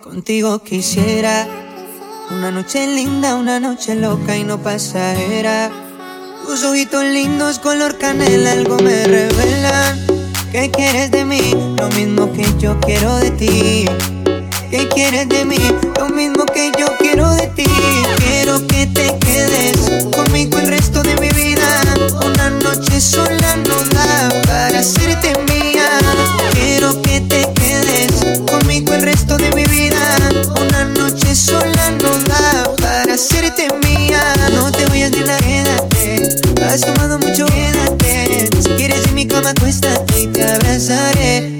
Contigo quisiera una noche linda, una noche loca y no pasajera. Tus ojitos lindos color canela algo me revelan. ¿Qué quieres de mí? Lo mismo que yo quiero de ti. ¿Qué quieres de mí? Lo mismo que yo quiero de ti. Quiero que te quedes conmigo el resto de mi vida. Una noche sola no da para hacerte mía. Quiero que te quedes conmigo el resto de mi vida. Una noche sola no da para hacerte mía. No te vayas de la quédate. Has tomado mucho, quédate. Si quieres en mi cama acuéstate y te abrazaré.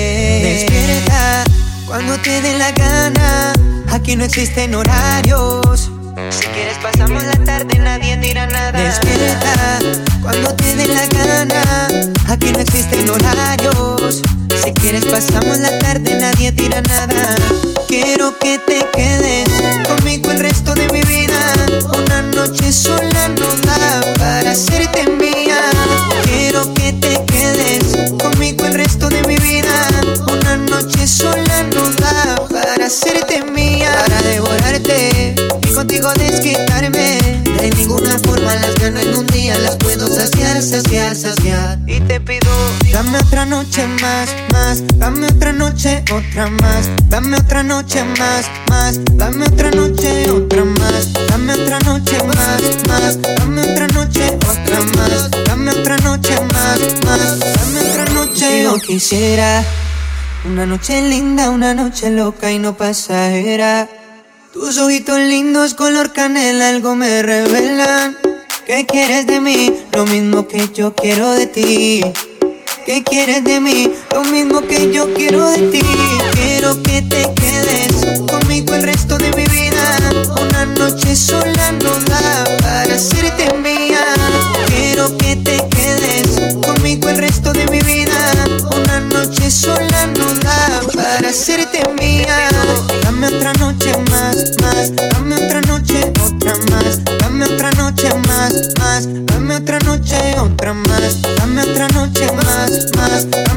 Despierta cuando te dé la gana. Aquí no existen horarios. Si quieres pasamos la tarde, nadie dirá nada. Despierta cuando te dé la gana. Aquí no existen horarios. Si quieres pasamos la tarde, nadie dirá nada. Quiero que te quedes conmigo el resto de mi vida. Una noche sola no da para hacerte mía. Quiero que te quedes conmigo el resto de mi vida. Una noche sola no da para hacerte mía. Para devorarte y contigo desquitarme. De ninguna forma las ganas en un día las puedo saciar, saciar, saciar. Y te pido, dame otra noche más, más. Dame otra noche, otra más. Dame otra noche más, más. Dame otra noche, otra más. Dame otra noche más, más. Dame otra noche, otra más. Dame otra noche más, más. Dame otra noche. Yo quisiera una noche linda, una noche loca y no pasajera. Tus ojitos lindos color canela algo me revelan. ¿Qué quieres de mí? Lo mismo que yo quiero de ti. ¿Qué quieres de mí? Lo mismo que yo quiero de ti. Quiero que te quedes conmigo el resto de mi vida. Una noche sola no da para hacerte mía. Quiero que te quedes conmigo el resto de mi vida. Una noche sola no da para hacerte mía. Dame otra noche más, más. Dame otra noche, otra más. Dame otra noche más, más. Dame otra noche, otra más. Dame otra noche más, más.